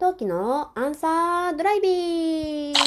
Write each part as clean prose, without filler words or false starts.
陶器のアンサードライビング。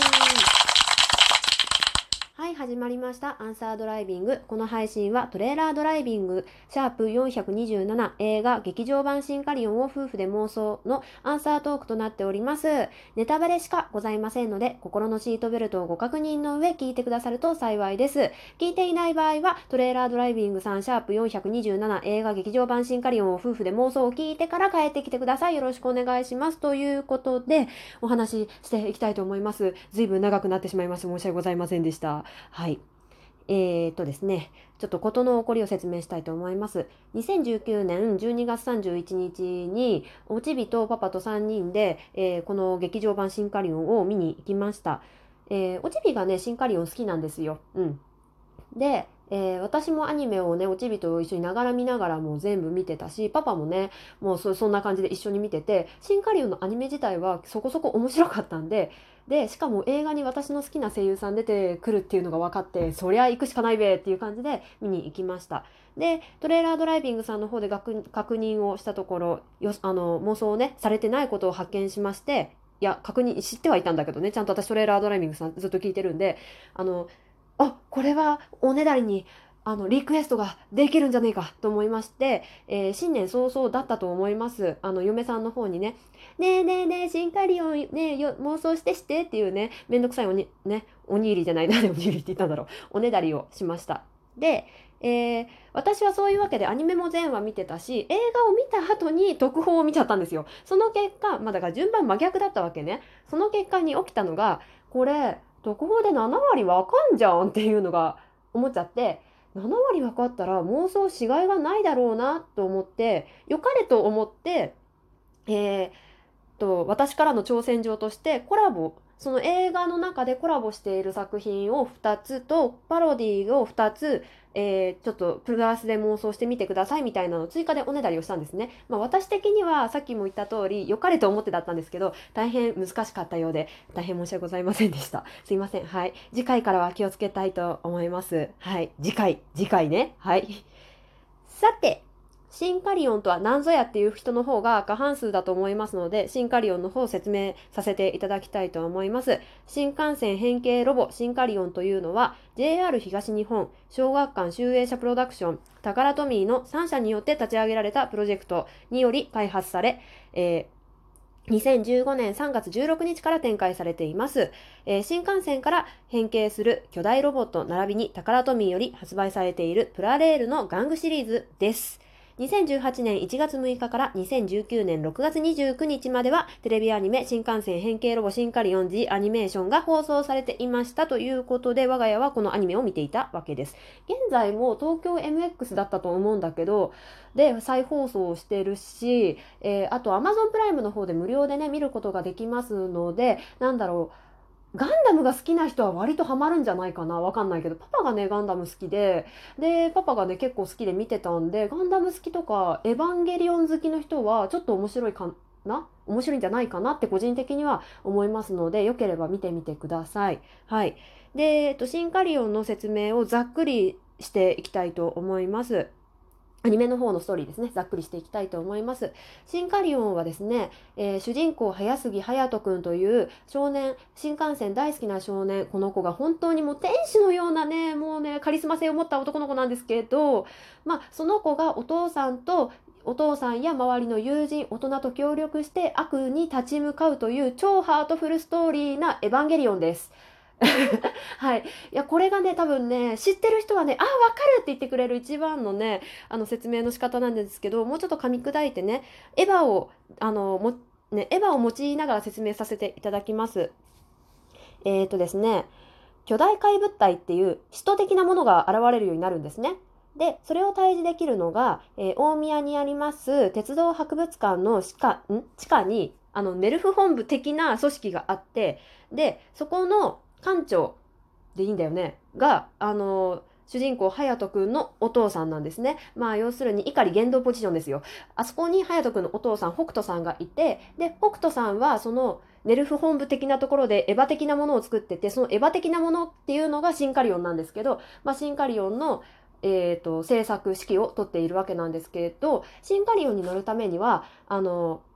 はい、始まりました。アンサードライビング。この配信はトレーラードライビング、シャープ427映画劇場版シンカリオンを夫婦で妄想のアンサートークとなっております。ネタバレしかございませんので、心のシートベルトをご確認の上聞いてくださると幸いです。聞いていない場合は、トレーラードライビングさん、シャープ427映画劇場版シンカリオンを夫婦で妄想を聞いてから帰ってきてください。よろしくお願いします。ということで、お話ししていきたいと思います。ずいぶん長くなってしまいまして、申し訳ございませんでした。はい。ですね、ちょっと事の起こりを説明したいと思います。2019年12月31日に、おちびとパパと3人で、この劇場版シンカリオンを見に行きました。おちびがね、シンカリオン好きなんですよ。うん。で、私もアニメをね、おちびと一緒にながら見ながらも全部見てたし、パパもね、もうそんな感じで一緒に見てて、シンカリオンのアニメ自体はそこそこ面白かったんで、しかも映画に私の好きな声優さん出てくるっていうのが分かって、そりゃ行くしかないべっていう感じで見に行きました。で、トレーラードライビングさんの方で確認をしたところ、妄想をね、されてないことを発見しまして、いや、知ってはいたんだけどね、ちゃんと私トレーラードライビングさんずっと聞いてるんで、これはおねだりにリクエストができるんじゃねえかと思いまして、新年早々だったと思います。嫁さんの方にね、ねえねえねえ、シンカリオンね妄想してっていうね、めんどくさいおにぎりじゃない、なんでおにぎりって言ったんだろう。おねだりをしました。で、私はそういうわけでアニメも全話見てたし、映画を見た後に特報を見ちゃったんですよ。その結果、だから順番真逆だったわけね。その結果に起きたのが、これ、特報で7割わかんじゃんっていうのが思っちゃって、7割分かったら妄想しがいがないだろうなと思って、良かれと思って、えー私からの挑戦状としてその映画の中でコラボしている作品を2つとパロディを2つ、ちょっとプラスで妄想してみてくださいみたいなのを追加でおねだりをしたんですね。私的にはさっきも言った通り良かれと思ってだったんですけど、大変難しかったようで大変申し訳ございませんでした。すいません。はい。次回からは気をつけたいと思います。はい。次回ね。はい。さて、シンカリオンとは何ぞやっていう人の方が過半数だと思いますので、シンカリオンの方を説明させていただきたいと思います。新幹線変形ロボシンカリオンというのは、JR 東日本、小学館集英社プロダクション、タカラトミーの3社によって立ち上げられたプロジェクトにより開発され、2015年3月16日から展開されています。新幹線から変形する巨大ロボット並びにタカラトミーより発売されているプラレールの玩具シリーズです。2018年1月6日から2019年6月29日まではテレビアニメ新幹線変形ロボシンカリオン G アニメーションが放送されていましたということで、我が家はこのアニメを見ていたわけです。現在も東京 MX だったと思うんだけど、で再放送してるし、あと Amazon プライムの方で無料でね見ることができますので、ガンダムが好きな人は割とハマるんじゃないかな、わかんないけど、パパがねガンダム好きでパパがね結構好きで見てたんで、ガンダム好きとかエヴァンゲリオン好きの人はちょっと面白いんじゃないかなって個人的には思いますので、よければ見てみてください。はい。で、シンカリオンの説明をざっくりしていきたいと思います。アニメの方のストーリーですね、ざっくりしていきたいと思います。シンカリオンはですね、主人公早杉隼人くんという少年、新幹線大好きな少年、この子が本当にもう天使のようなね、もうね、カリスマ性を持った男の子なんですけど、その子がお父さんや周りの友人、大人と協力して悪に立ち向かうという超ハートフルストーリーなエヴァンゲリオンです。はい。いや、これがね、多分ね、知ってる人はね、わかるって言ってくれる一番のね、説明の仕方なんですけど、もうちょっと噛み砕いてね、エヴァを、エヴァを用いながら説明させていただきます。ですね、巨大怪物体っていう使徒的なものが現れるようになるんですね。で、それを対峙できるのが、大宮にあります鉄道博物館の地下に、ネルフ本部的な組織があって、で、そこの館長でいいんだよねが主人公隼人くんのお父さんなんですね。要するに怒り言動ポジションですよ。あそこに隼人くんのお父さん北斗さんがいて、で北斗さんはそのネルフ本部的なところでエヴァ的なものを作ってて、そのエヴァ的なものっていうのがシンカリオンなんですけど、シンカリオンの制作指揮を取っているわけなんですけれど、シンカリオンに乗るためには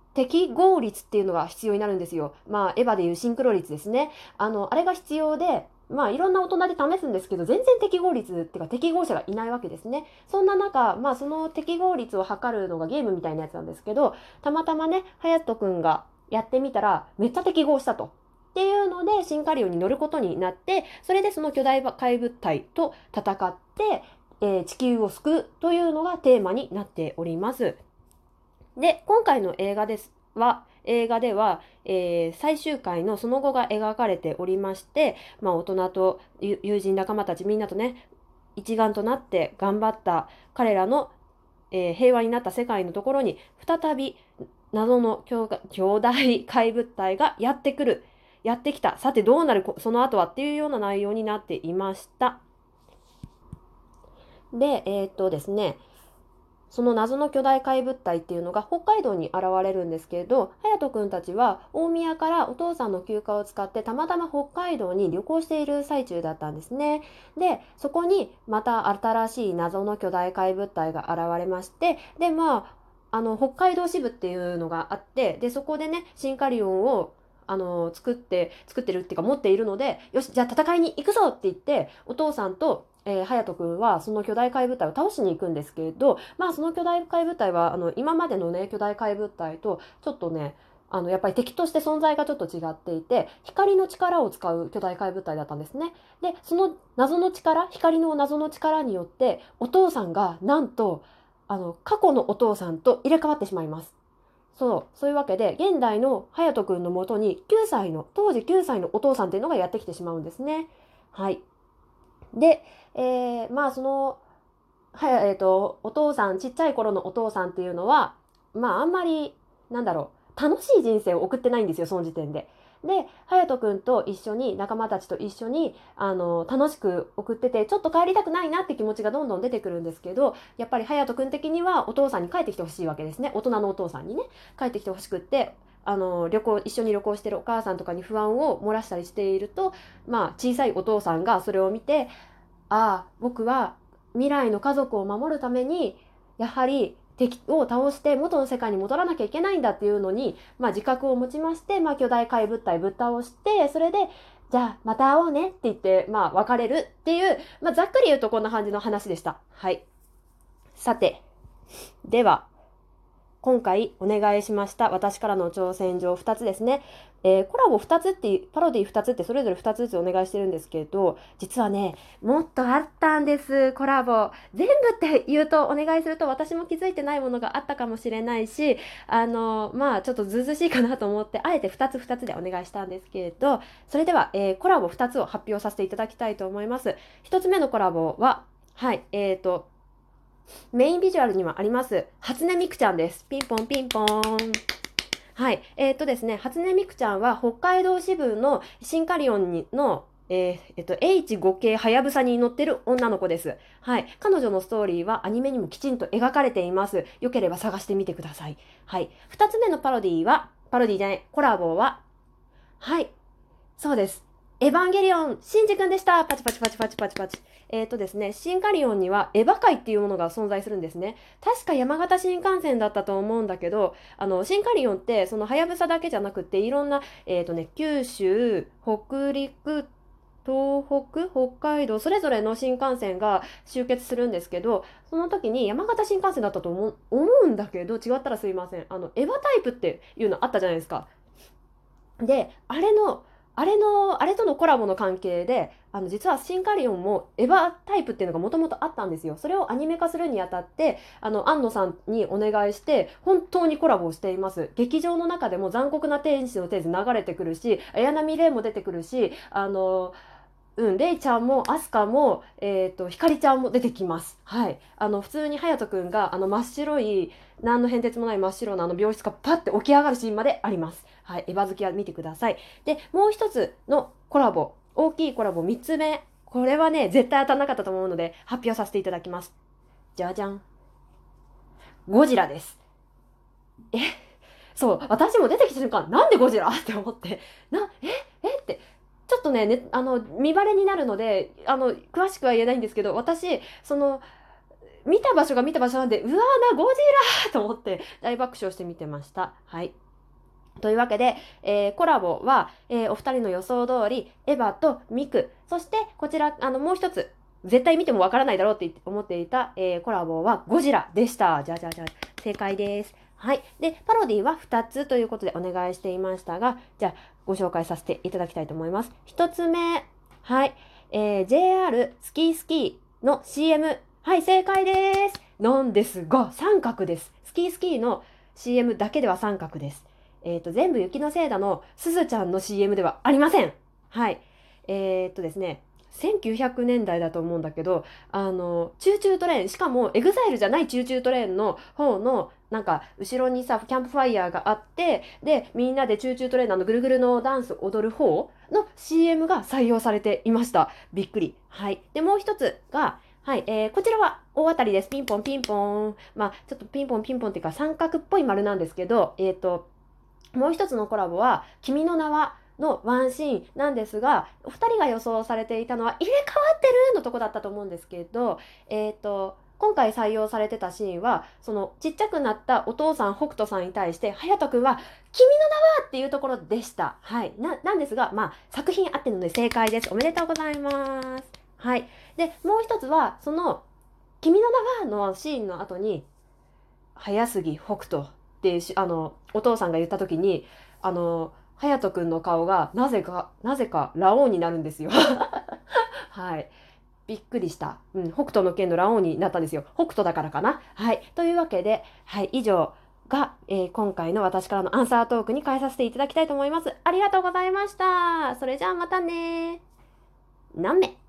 適合率っていうのが必要になるんですよ。エヴァでいうシンクロ率ですね。あれが必要で、いろんな大人で試すんですけど、全然適合率っていうか適合者がいないわけですね。そんな中、その適合率を測るのがゲームみたいなやつなんですけど、たまたまね、隼人くんがやってみたら、めっちゃ適合したと。っていうので、シンカリオンに乗ることになって、それでその巨大怪物体と戦って、地球を救うというのがテーマになっております。で、今回の映画では、最終回のその後が描かれておりまして、大人と友人仲間たちみんなとね、一丸となって頑張った彼らの、平和になった世界のところに再び謎の巨大怪物体がやってきた。さてどうなるその後はっていうような内容になっていました。で、ですね、その謎の巨大怪物体っていうのが北海道に現れるんですけれど、隼人くんたちは大宮からお父さんの休暇を使ってたまたま北海道に旅行している最中だったんですね。で、そこにまた新しい謎の巨大怪物体が現れまして、で、北海道支部っていうのがあって、で、そこでね、シンカリオンを作ってるっていうか持っているので、よし、じゃあ戦いに行くぞって言って、お父さんと隼人くんはその巨大怪物体を倒しに行くんですけれど、その巨大怪物体は今までのね巨大怪物体とちょっとねやっぱり敵として存在がちょっと違っていて、光の力を使う巨大怪物体だったんですね。で、その光の謎の力によってお父さんがなんと過去のお父さんと入れ替わってしまいます。そういうわけで現代の隼人くんのもとに当時9歳のお父さんっていうのがやってきてしまうんですね。はい。で、その、お父さん、ちっちゃい頃のお父さんっていうのは、あんまり、楽しい人生を送ってないんですよ、その時点で。で、隼人くんと一緒に、仲間たちと一緒に、楽しく送ってて、ちょっと帰りたくないなって気持ちがどんどん出てくるんですけど、やっぱり隼人くん的にはお父さんに帰ってきてほしいわけですね。大人のお父さんにね、帰ってきてほしくって、一緒に旅行してるお母さんとかに不安を漏らしたりしていると、小さいお父さんがそれを見て、僕は未来の家族を守るためにやはり敵を倒して元の世界に戻らなきゃいけないんだっていうのに、自覚を持ちまして、巨大怪物体ぶっ倒して、それでじゃあまた会おうねって言って、別れるっていう、ざっくり言うとこんな感じの話でした。はい。さて、では今回お願いしました私からの挑戦状2つですね。コラボ2つってパロディ2つってそれぞれ2つずつお願いしてるんですけど、実はねもっとあったんです。コラボ全部って言うとお願いすると私も気づいてないものがあったかもしれないし、ちょっとずうずしいかなと思ってあえて2つでお願いしたんですけれど、それでは、コラボ2つを発表させていただきたいと思います。1つ目のコラボはメインビジュアルにはあります初音ミクちゃんです。ピンポンピンポン。はい。ですね、初音ミクちゃんは北海道支部のシンカリオンのH5 系はやぶさに乗ってる女の子です。はい。彼女のストーリーはアニメにもきちんと描かれています。よければ探してみてください。はい。二つ目のコラボは、はい。そうです。エヴァンゲリオン、シンジ君でした。パチパチパチパチパチパチ。ですね、シンカリオンにはエヴァ界っていうものが存在するんですね。確か山形新幹線だったと思うんだけど、シンカリオンってそのはやぶさだけじゃなくていろんな、九州、北陸、東北、北海道、それぞれの新幹線が集結するんですけど、その時に山形新幹線だったと思うんだけど、違ったらすいません。エヴァタイプっていうのあったじゃないですか。で、あれとのコラボの関係で、実はシンカリオンもエヴァタイプっていうのがもともとあったんですよ。それをアニメ化するにあたって、庵野さんにお願いして、本当にコラボをしています。劇場の中でも残酷な天使のテーゼ流れてくるし、綾波レイも出てくるし、レイちゃんもアスカも、ひかりちゃんも出てきます。はい。普通に隼人くんが、真っ白い、何の変哲もない真っ白な病室がパッて起き上がるシーンまであります。はい。エヴァ好きは見てください。で、もう一つのコラボ、大きいコラボ3つ目。これはね、絶対当たらなかったと思うので、発表させていただきます。じゃじゃん。ゴジラです。そう、私も出てきた瞬間、なんでゴジラって思って、って、ちょっとね、見バレになるので、詳しくは言えないんですけど、私、 見た場所が見た場所なんで、うわーな、ゴジラと思って大爆笑して見てました。はい。というわけで、コラボは、お二人の予想通り、エヴァとミク、そしてこちら、もう一つ、絶対見てもわからないだろうって思っていた、コラボはゴジラでした。じゃあ、正解です。はい。で、パロディは2つということでお願いしていましたが、じゃあ、ご紹介させていただきたいと思います。1つ目、はい。JR スキースキーの CM。はい、正解です。なんですが、三角です。スキースキーの CM だけでは三角です。全部雪のせいだの、すずちゃんの CM ではありません。はい。ですね、1900年代だと思うんだけど、チューチュートレーン、しかもエグザイルじゃないチューチュートレーンの方の、なんか、後ろにさ、キャンプファイヤーがあって、で、みんなでチューチュートレーンのぐるぐるのダンス踊る方の CM が採用されていました。びっくり。はい。で、もう一つが、はい、こちらは大当たりです。ピンポンピンポン。まあ、ちょっとピンポンピンポンっていうか三角っぽい丸なんですけど、もう一つのコラボは、君の名はのワンシーンなんですが、お二人が予想されていたのは入れ替わってるのとこだったと思うんですけど、今回採用されてたシーンは、そのちっちゃくなったお父さん北斗さんに対して、隼人くんは君の名はっていうところでした。はい。なんですが、まあ、作品あってので正解です。おめでとうございます。はい。で、もう一つは、その、君の名はのシーンの後に、早杉北斗ってお父さんが言った時に、隼人くんの顔がなぜかラオウになるんですよ。はい。びっくりした。うん、北斗の拳のラオウになったんですよ。北斗だからかな。はい。というわけで、はい、以上が、今回の私からのアンサートークに変えさせていただきたいと思います。ありがとうございました。それじゃあまたね。何名